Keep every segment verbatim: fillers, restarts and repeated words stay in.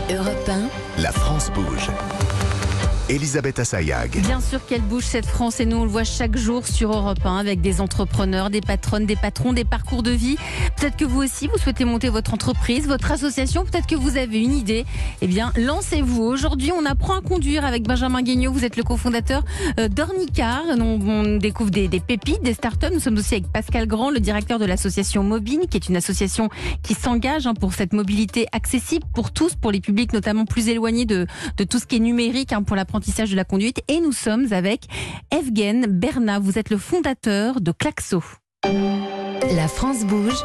Europe un, La France bouge. Elisabeth Assayag. Bien sûr qu'elle bouge cette France et nous on le voit chaque jour sur Europe un avec des entrepreneurs, des patronnes, des patrons, des parcours de vie. Peut-être que vous aussi vous souhaitez monter votre entreprise, votre association, peut-être que vous avez une idée. Eh bien lancez-vous. Aujourd'hui on apprend à conduire avec Benjamin Guignot, vous êtes le cofondateur d'Ornicar. On, on découvre des, des pépites, des startups. Nous sommes aussi avec Pascal Grand, le directeur de l'association Mobine, qui est une association qui s'engage hein, pour cette mobilité accessible pour tous, pour les publics notamment plus éloignés de, de tout ce qui est numérique hein, pour l'apprentissage de la conduite. Et nous sommes avec Evgen Bernat. Vous êtes le fondateur de Klaxo. La France bouge.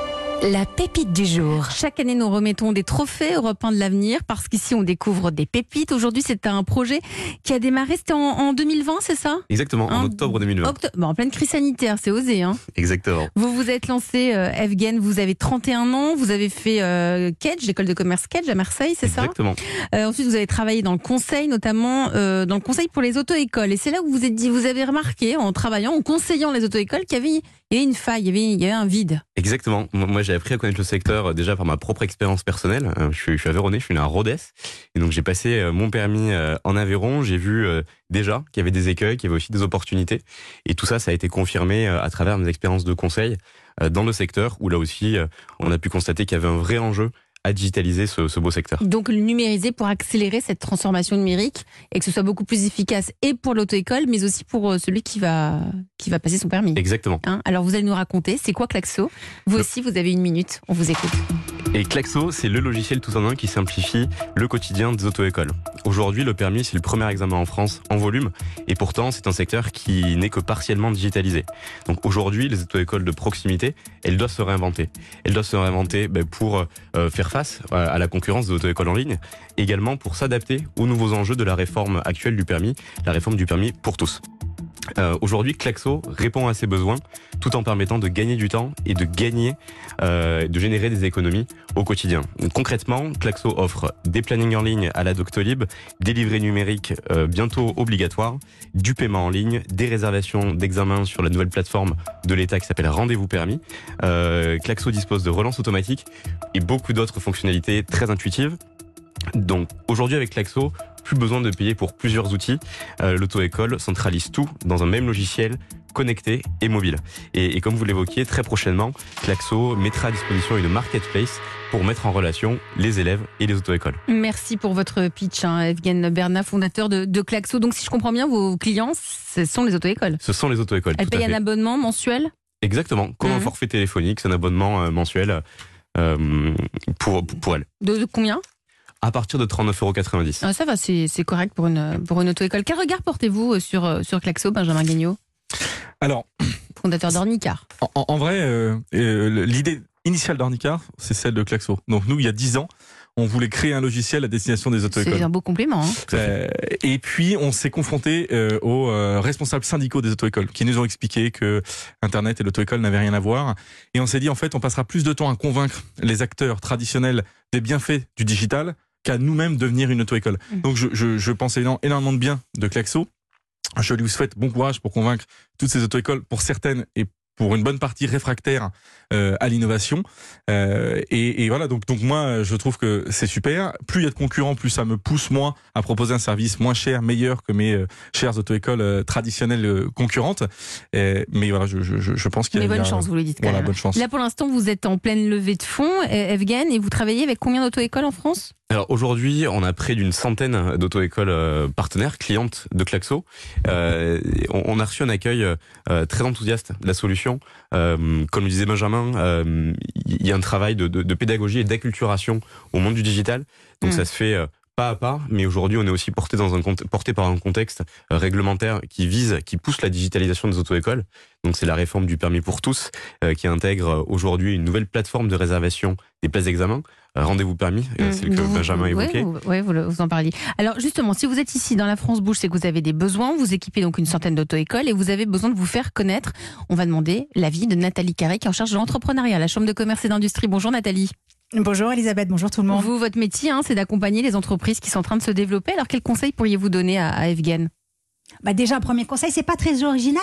La pépite du jour. Chaque année, nous remettons des trophées Europe un de l'avenir parce qu'ici, on découvre des pépites. Aujourd'hui, c'est un projet qui a démarré, c'était en, en deux mille vingt, c'est ça ? Exactement, en hein, octobre deux mille vingt. Octo- bon, en pleine crise sanitaire, c'est osé. Hein. Exactement. Vous vous êtes lancé, euh, Evgen, vous avez trente et un ans, vous avez fait euh, Kedge, l'école de commerce Kedge à Marseille, c'est ça ? Exactement. Euh, ensuite, vous avez travaillé dans le conseil, notamment euh, dans le conseil pour les auto-écoles. Et c'est là où vous vous êtes dit, vous avez remarqué, en travaillant, en conseillant les auto-écoles, qu'il y avait, il y avait une faille, il y avait, il y avait un vide. Exactement. Moi, j'ai appris à connaître le secteur euh, déjà par ma propre expérience personnelle. Euh, je, suis, je suis aveyronnais, je suis né à Rodez. Et donc, j'ai passé euh, mon permis euh, en Aveyron. J'ai vu euh, déjà qu'il y avait des écueils, qu'il y avait aussi des opportunités. Et tout ça, ça a été confirmé euh, à travers mes expériences de conseil euh, dans le secteur, où là aussi, euh, on a pu constater qu'il y avait un vrai enjeu à digitaliser ce, ce beau secteur. Donc le numériser pour accélérer cette transformation numérique et que ce soit beaucoup plus efficace et pour l'auto-école, mais aussi pour celui qui va, qui va passer son permis. Exactement. Hein, alors vous allez nous raconter, c'est quoi Klaxo ? Vous Le... aussi, vous avez une minute, on vous écoute. Et Klaxo, c'est le logiciel tout en un qui simplifie le quotidien des auto-écoles. Aujourd'hui, le permis, c'est le premier examen en France en volume, et pourtant, c'est un secteur qui n'est que partiellement digitalisé. Donc aujourd'hui, les auto-écoles de proximité, elles doivent se réinventer. Elles doivent se réinventer ben, pour euh, faire face à la concurrence des auto-écoles en ligne, également pour s'adapter aux nouveaux enjeux de la réforme actuelle du permis, la réforme du permis pour tous. Euh, aujourd'hui, Klaxo répond à ces besoins tout en permettant de gagner du temps et de gagner, euh, de générer des économies au quotidien. Donc, concrètement, Klaxo offre des plannings en ligne à la Doctolib, des livrets numériques euh, bientôt obligatoires, du paiement en ligne, des réservations d'examens sur la nouvelle plateforme de l'État qui s'appelle Rendez-vous Permis. Euh, Klaxo dispose de relance automatique et beaucoup d'autres fonctionnalités très intuitives. Donc aujourd'hui avec Klaxo, plus besoin de payer pour plusieurs outils. Euh, l'auto-école centralise tout dans un même logiciel connecté et mobile. Et, et comme vous l'évoquiez, très prochainement, Klaxo mettra à disposition une marketplace pour mettre en relation les élèves et les auto-écoles. Merci pour votre pitch, hein, Evgen Bernat, fondateur de, de Klaxo. Donc si je comprends bien, vos clients, ce sont les auto-écoles. Ce sont les auto-écoles. Elles payent un abonnement mensuel ? Exactement, comme mmh. un forfait téléphonique, c'est un abonnement euh, mensuel euh, pour, pour, pour elles. De, de combien ? À partir de trente-neuf euros quatre-vingt-dix. Ah, ça va, c'est, c'est correct pour une, pour une auto-école. Quel regard portez-vous sur, sur Klaxo, Benjamin Guignot ? Alors, fondateur d'Ornicar. En, en vrai, euh, euh, l'idée initiale d'Ornicar, c'est celle de Klaxo. Donc nous, il y a dix ans, on voulait créer un logiciel à destination des auto-écoles. C'est un beau compliment. Hein. Euh, et puis, on s'est confronté euh, aux euh, responsables syndicaux des auto-écoles qui nous ont expliqué que Internet et l'auto-école n'avaient rien à voir. Et on s'est dit, en fait, on passera plus de temps à convaincre les acteurs traditionnels des bienfaits du digital qu'à nous-mêmes devenir une auto-école. Mmh. Donc je, je, je pense énormément de bien de Klaxo. Je lui souhaite bon courage pour convaincre toutes ces auto-écoles, pour certaines et pour une bonne partie réfractaires euh, à l'innovation. Euh, et, et voilà, donc, donc moi, je trouve que c'est super. Plus il y a de concurrents, plus ça me pousse, moi, à proposer un service moins cher, meilleur que mes euh, chères auto-écoles euh, traditionnelles euh, concurrentes. Et, mais voilà, je, je, je pense qu'il y a... Mais bonne a, chance, vous le dites quand voilà, même. Bonne chance. Là, pour l'instant, vous êtes en pleine levée de fonds, Evgen, et vous travaillez avec combien d'auto-écoles en France ? Alors aujourd'hui, on a près d'une centaine d'auto-écoles euh, partenaires, clientes de Klaxo. Euh, on, on a reçu un accueil euh, très enthousiaste de la solution. Euh, comme le disait Benjamin, euh, il y a un travail de, de, de pédagogie et d'acculturation au monde du digital. Donc mmh. ça se fait euh, pas à pas, mais aujourd'hui on est aussi porté, dans un, porté par un contexte euh, réglementaire qui vise, qui pousse la digitalisation des auto-écoles. Donc c'est la réforme du permis pour tous euh, qui intègre aujourd'hui une nouvelle plateforme de réservation des places d'examen. Rendez-vous permis, mmh, c'est le que vous, Benjamin évoquait. Oui, ouais, vous, vous en parliez. Alors justement, si vous êtes ici dans la France Bouge, c'est que vous avez des besoins, vous équipez donc une centaine d'auto-écoles et vous avez besoin de vous faire connaître. On va demander l'avis de Nathalie Carré qui est en charge de l'entrepreneuriat à la Chambre de commerce et d'industrie. Bonjour Nathalie. Bonjour Elisabeth, bonjour tout le monde. Vous, votre métier, hein, c'est d'accompagner les entreprises qui sont en train de se développer. Alors quel conseil pourriez-vous donner à, à Evgen ? Bah déjà, un premier conseil, c'est pas très original, mais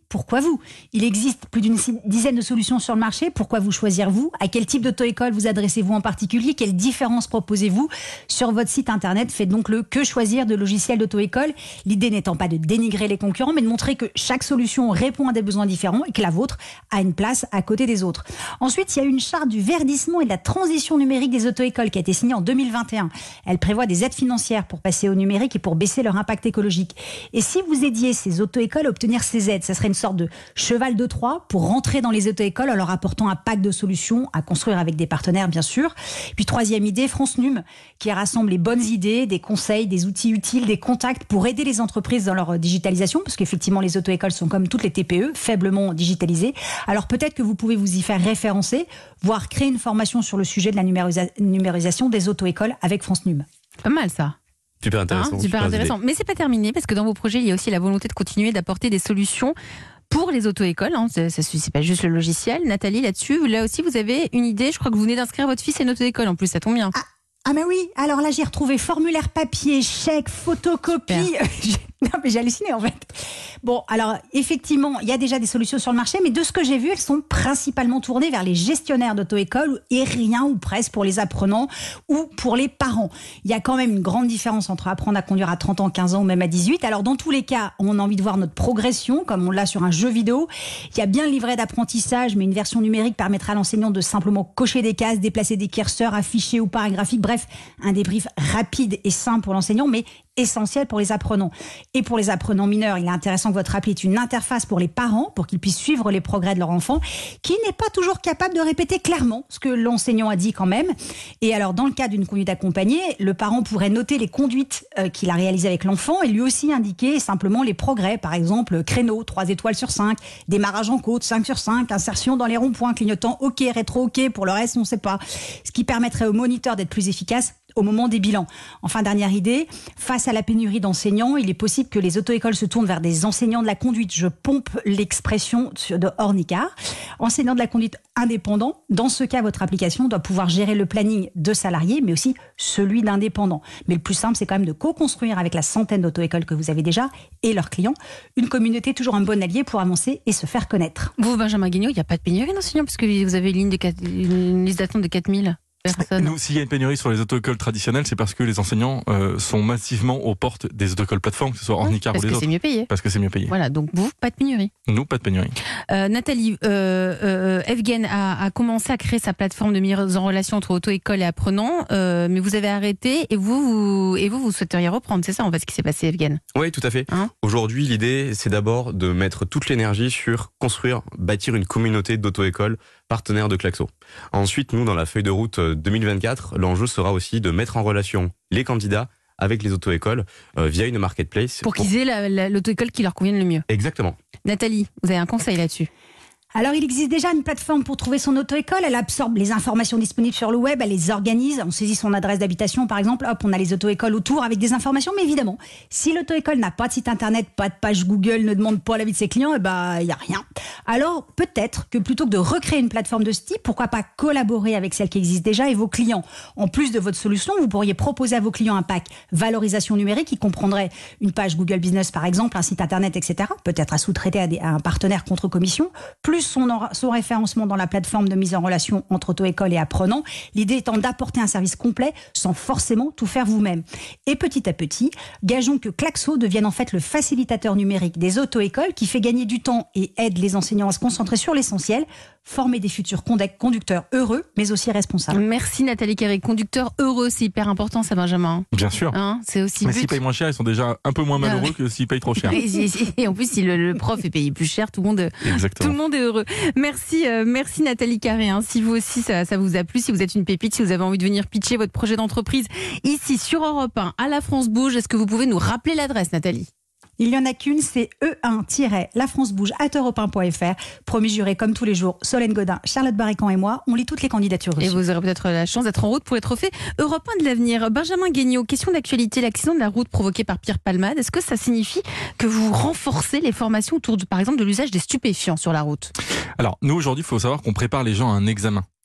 pourquoi vous? Il existe plus d'une dizaine de solutions sur le marché. Pourquoi vous choisir vous? À quel type d'auto-école vous adressez-vous en particulier? Quelle différence proposez-vous? Sur votre site internet, faites donc le que choisir de logiciels d'auto-école. L'idée n'étant pas de dénigrer les concurrents, mais de montrer que chaque solution répond à des besoins différents et que la vôtre a une place à côté des autres. Ensuite, il y a une charte du verdissement et de la transition numérique des auto-écoles qui a été signée en deux mille vingt et un. Elle prévoit des aides financières pour passer au numérique et pour baisser leur impact écologique. Et si vous aidiez ces auto-écoles à obtenir ces aides, ça serait une sorte de cheval de Troie pour rentrer dans les auto-écoles en leur apportant un pack de solutions à construire avec des partenaires, bien sûr. Puis troisième idée, France Num, qui rassemble les bonnes idées, des conseils, des outils utiles, des contacts pour aider les entreprises dans leur digitalisation, parce qu'effectivement, les auto-écoles sont comme toutes les T P E, faiblement digitalisées. Alors peut-être que vous pouvez vous y faire référencer, voire créer une formation sur le sujet de la numérisa- numérisation des auto-écoles avec France Num. Pas mal ça. Super intéressant. Hein, super intéressant. Mais c'est pas terminé parce que dans vos projets, il y a aussi la volonté de continuer d'apporter des solutions pour les auto-écoles. Hein. C'est, c'est pas juste le logiciel. Nathalie, là-dessus, là aussi, vous avez une idée. Je crois que vous venez d'inscrire votre fils à une auto-école. En plus, ça tombe bien. Ah. Ah mais oui, alors là j'ai retrouvé formulaire papier, chèque, photocopie. Non mais j'ai halluciné en fait. Bon, alors effectivement, il y a déjà des solutions sur le marché, mais de ce que j'ai vu, elles sont principalement tournées vers les gestionnaires d'auto-école et rien ou presque pour les apprenants ou pour les parents. Il y a quand même une grande différence entre apprendre à conduire à trente ans, quinze ans ou même à dix-huit. Alors dans tous les cas, on a envie de voir notre progression, comme on l'a sur un jeu vidéo. Il y a bien le livret d'apprentissage, mais une version numérique permettra à l'enseignant de simplement cocher des cases, déplacer des curseurs, afficher ou paragraphiques. Bref, un débrief rapide et simple pour l'enseignant, mais essentiel pour les apprenants. Et pour les apprenants mineurs, il est intéressant que votre appli ait une interface pour les parents, pour qu'ils puissent suivre les progrès de leur enfant, qui n'est pas toujours capable de répéter clairement ce que l'enseignant a dit quand même. Et alors, dans le cas d'une conduite accompagnée, le parent pourrait noter les conduites euh, qu'il a réalisées avec l'enfant et lui aussi indiquer simplement les progrès. Par exemple, créneau, trois étoiles sur cinq, démarrage en côte, cinq sur cinq, insertion dans les ronds-points, clignotant OK, rétro OK, pour le reste, on ne sait pas. Ce qui permettrait au moniteur d'être plus efficace au moment des bilans. Enfin, dernière idée, face à la pénurie d'enseignants, il est possible que les auto-écoles se tournent vers des enseignants de la conduite. Je pompe l'expression de Ornicar. Enseignants de la conduite indépendants. Dans ce cas, votre application doit pouvoir gérer le planning de salariés, mais aussi celui d'indépendants. Mais le plus simple, c'est quand même de co-construire avec la centaine d'auto-écoles que vous avez déjà et leurs clients. Une communauté, toujours un bon allié pour avancer et se faire connaître. Vous, Benjamin Guignot, il n'y a pas de pénurie d'enseignants parce que vous avez une, ligne de quatre, une liste d'attente de quatre mille. Personne. Nous, s'il y a une pénurie sur les auto-écoles traditionnelles, c'est parce que les enseignants euh, sont massivement aux portes des auto-écoles plateformes, que ce soit Ornicar oui, ou les autres. Parce que c'est mieux payé. Parce que c'est mieux payé. Voilà, donc vous, pas de pénurie. Nous, pas de pénurie. Euh, Nathalie, euh, euh, Evgen a, a commencé à créer sa plateforme de mise en relation entre auto-école et apprenants, euh, mais vous avez arrêté et vous, vous, et vous, vous souhaiteriez reprendre, c'est ça en fait ce qui s'est passé, Evgen? Oui, tout à fait. Hein Aujourd'hui, l'idée, c'est d'abord de mettre toute l'énergie sur construire, bâtir une communauté d'auto-écoles partenaires de Klaxo. Ensuite, nous, dans la feuille de route deux mille vingt-quatre, l'enjeu sera aussi de mettre en relation les candidats avec les auto-écoles euh, via une marketplace. Pour qu'ils aient la, la, l'auto-école qui leur convienne le mieux. Exactement. Nathalie, vous avez un conseil là-dessus? Alors, il existe déjà une plateforme pour trouver son auto-école. Elle absorbe les informations disponibles sur le web, elle les organise. On saisit son adresse d'habitation, par exemple. Hop, on a les auto-écoles autour avec des informations. Mais évidemment, si l'auto-école n'a pas de site internet, pas de page Google, ne demande pas l'avis de ses clients, eh ben, il n'y a rien. Alors, peut-être que plutôt que de recréer une plateforme de ce type, pourquoi pas collaborer avec celle qui existe déjà et vos clients. En plus de votre solution, vous pourriez proposer à vos clients un pack valorisation numérique qui comprendrait une page Google Business, par exemple, un site internet, et cetera. Peut-être à sous-traiter à, des, à un partenaire contre commission, plus Son, son référencement dans la plateforme de mise en relation entre auto-école et apprenants. L'idée étant d'apporter un service complet sans forcément tout faire vous-même. Et petit à petit, gageons que Klaxo devienne en fait le facilitateur numérique des auto-écoles qui fait gagner du temps et aide les enseignants à se concentrer sur l'essentiel, former des futurs conducteurs heureux, mais aussi responsables. Merci Nathalie Carré. Conducteur heureux, c'est hyper important ça, Benjamin. Bien sûr. Hein, c'est aussi mais but. s'ils payent moins cher, ils sont déjà un peu moins malheureux ah, oui. que s'ils payent trop cher. Et en plus, si le, le prof est payé plus cher, tout le monde, tout le monde est heureux. Merci, euh, merci Nathalie Carré. Hein. Si vous aussi, ça, ça vous a plu, si vous êtes une pépite, si vous avez envie de venir pitcher votre projet d'entreprise ici sur Europe un, à la France Bouge, est-ce que vous pouvez nous rappeler l'adresse, Nathalie ? Il n'y en a qu'une, c'est e un la france bouge arobase europe un point f r. Promis juré comme tous les jours, Solène Godin, Charlotte Barrican et moi, on lit toutes les candidatures reçues. Et vous aurez peut-être la chance d'être en route pour les trophées Europe un de l'avenir. Benjamin Guignot, question d'actualité, l'accident de la route provoqué par Pierre Palmade, est-ce que ça signifie que vous renforcez les formations autour, de, par exemple, de l'usage des stupéfiants sur la route ? Alors, nous, aujourd'hui, il faut savoir qu'on prépare les gens à un examen.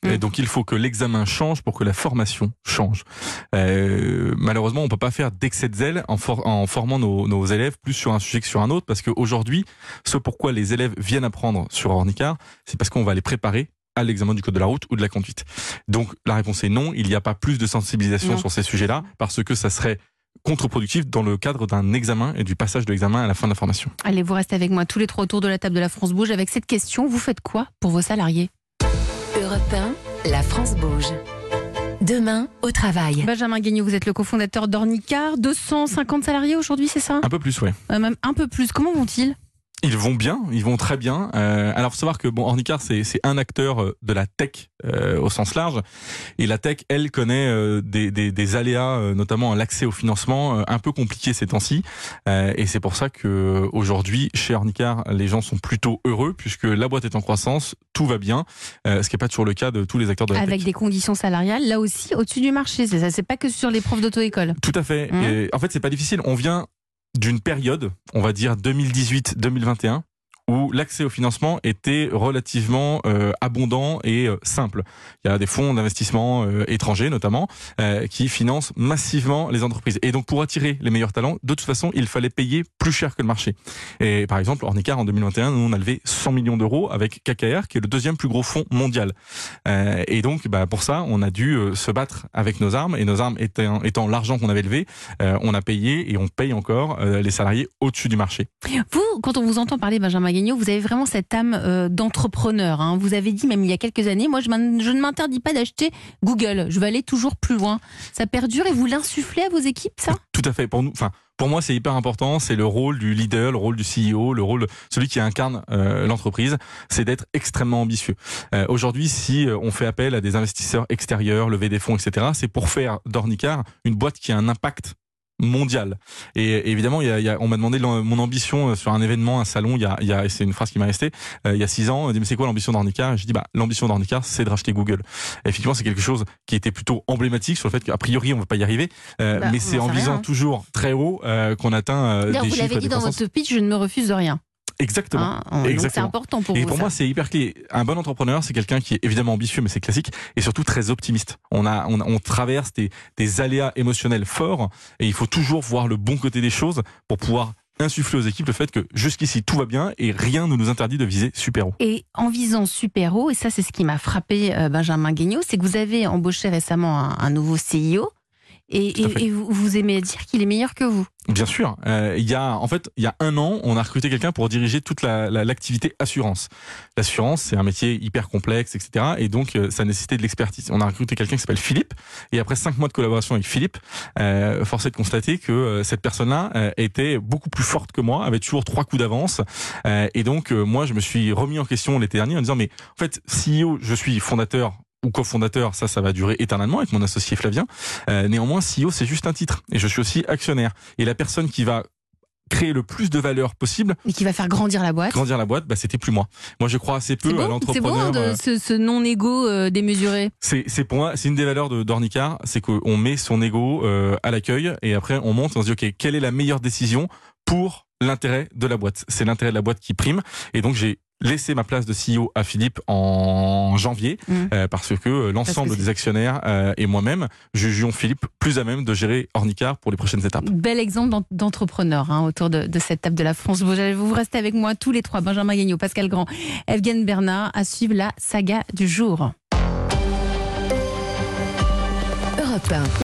Mmh. Et donc il faut que l'examen change pour que la formation change. Euh, malheureusement, on peut pas faire d'excès de zèle en, for- en formant nos, nos élèves plus sur un sujet que sur un autre, parce qu'aujourd'hui, ce pourquoi les élèves viennent apprendre sur Ornicar, c'est parce qu'on va les préparer à l'examen du code de la route ou de la conduite. Donc la réponse est non, il n'y a pas plus de sensibilisation non. sur ces sujets-là, parce que ça serait contre-productif dans le cadre d'un examen et du passage de l'examen à la fin de la formation. Allez, vous restez avec moi tous les trois autour de la table de la France Bouge avec cette question. Vous faites quoi pour vos salariés ? Europe un, la France bouge. Demain, au travail. Benjamin Guignot, vous êtes le cofondateur d'Ornicar. deux cent cinquante salariés aujourd'hui, c'est ça ? Un peu plus, oui. Euh, même un peu plus. Comment vont-ils ? Ils vont bien, ils vont très bien. Euh, alors, faut savoir que bon, Ornicar, c'est, c'est un acteur de la tech euh, au sens large, et la tech, elle, connaît euh, des, des, des aléas, euh, notamment l'accès au financement, euh, un peu compliqué ces temps-ci. Euh, et c'est pour ça que aujourd'hui, chez Ornicar, les gens sont plutôt heureux puisque la boîte est en croissance, tout va bien, euh, ce qui n'est pas toujours le cas de tous les acteurs de la Avec tech. Avec des conditions salariales, là aussi, au-dessus du marché. C'est ça, c'est pas que sur les profs d'auto-école. Tout à fait. Mmh. Et en fait, c'est pas difficile. On vient d'une période, on va dire deux mille dix-huit deux mille vingt et un, où l'accès au financement était relativement euh, abondant et euh, simple. Il y a des fonds d'investissement euh, étrangers notamment euh, qui financent massivement les entreprises. Et donc pour attirer les meilleurs talents, de toute façon, il fallait payer plus cher que le marché. Et par exemple, Ornicar en deux mille vingt et un, nous on a levé cent millions d'euros avec K K R, qui est le deuxième plus gros fonds mondial. Euh, et donc bah, pour ça, on a dû euh, se battre avec nos armes, et nos armes étant, étant l'argent qu'on avait levé, euh, on a payé et on paye encore euh, les salariés au-dessus du marché. Vous, quand on vous entend parler, Benjamin Guignot, vous avez vraiment cette âme euh, d'entrepreneur. Hein. Vous avez dit, même il y a quelques années, moi je, je ne m'interdis pas d'acheter Google. Je vais aller toujours plus loin. Ça perdure et vous l'insufflez à vos équipes, ça ? Tout à fait. Pour nous, enfin, pour moi, c'est hyper important. C'est le rôle du leader, le rôle du C E O, le rôle, celui qui incarne euh, l'entreprise, c'est d'être extrêmement ambitieux. Euh, aujourd'hui, si on fait appel à des investisseurs extérieurs, lever des fonds, et cetera, c'est pour faire d'Ornicar une boîte qui a un impact mondial. Et évidemment, il y a, il y a, on m'a demandé mon ambition sur un événement, un salon, il y a, il y a c'est une phrase qui m'a resté, euh, il y a six ans, on m'a dit, mais c'est quoi l'ambition d'Ornicar ? J'ai dit, bah, l'ambition d'Ornicar, c'est de racheter Google. Et effectivement, c'est quelque chose qui était plutôt emblématique sur le fait qu'a priori, on ne va pas y arriver, euh, bah, mais c'est en visant rien. toujours très haut euh, qu'on atteint euh, des vous chiffres. Vous l'avez dit dans votre pitch, je ne me refuse de rien. Exactement. Hein, Exactement. Donc c'est important pour et vous. Et pour ça. moi, c'est hyper clé. Un bon entrepreneur, c'est quelqu'un qui est évidemment ambitieux, mais c'est classique, et surtout très optimiste. On a, on, on traverse des, des aléas émotionnels forts, et il faut toujours voir le bon côté des choses pour pouvoir insuffler aux équipes le fait que jusqu'ici tout va bien et rien ne nous interdit de viser super haut. Et en visant super haut, et ça c'est ce qui m'a frappé, euh, Benjamin Guignot, c'est que vous avez embauché récemment un, un nouveau C E O. Et, et, et vous, vous aimez dire qu'il est meilleur que vous ? Bien sûr. Euh, il y a, en fait, il y a un an, on a recruté quelqu'un pour diriger toute la, la, l'activité assurance. L'assurance, c'est un métier hyper complexe, et cetera. Et donc, euh, ça nécessitait de l'expertise. On a recruté quelqu'un qui s'appelle Philippe. Et après cinq mois de collaboration avec Philippe, euh, force est de constater que euh, cette personne-là euh, était beaucoup plus forte que moi, avait toujours trois coups d'avance. Euh, et donc, euh, moi, je me suis remis en question l'été dernier en disant, mais en fait, C E O, je suis fondateur ou cofondateur, ça, ça va durer éternellement avec mon associé Flavien. Euh, néanmoins, C E O, c'est juste un titre. Et je suis aussi actionnaire. Et la personne qui va créer le plus de valeur possible et qui va faire grandir la boîte. Grandir la boîte, bah, c'était plus moi. Moi, je crois assez peu beau, à l'entrepreneur. C'est beau de, ce, ce non-égo euh, démesuré. C'est, c'est pour moi, c'est une des valeurs de d'Ornicar, c'est qu'on met son ego euh, à l'accueil et après on monte, on se dit ok, quelle est la meilleure décision pour l'intérêt de la boîte. C'est l'intérêt de la boîte qui prime. Et donc j'ai laissé ma place de C E O à Philippe en janvier mmh. euh, parce que l'ensemble parce que des actionnaires euh, et moi-même jugions Philippe plus à même de gérer Ornicar pour les prochaines étapes. Bel exemple d'entrepreneur hein, autour de, de cette table de la France. Vous, vous restez avec moi tous les trois, Benjamin Guignot, Pascal Grand, Evgen Bernard, à suivre la saga du jour. Europe un.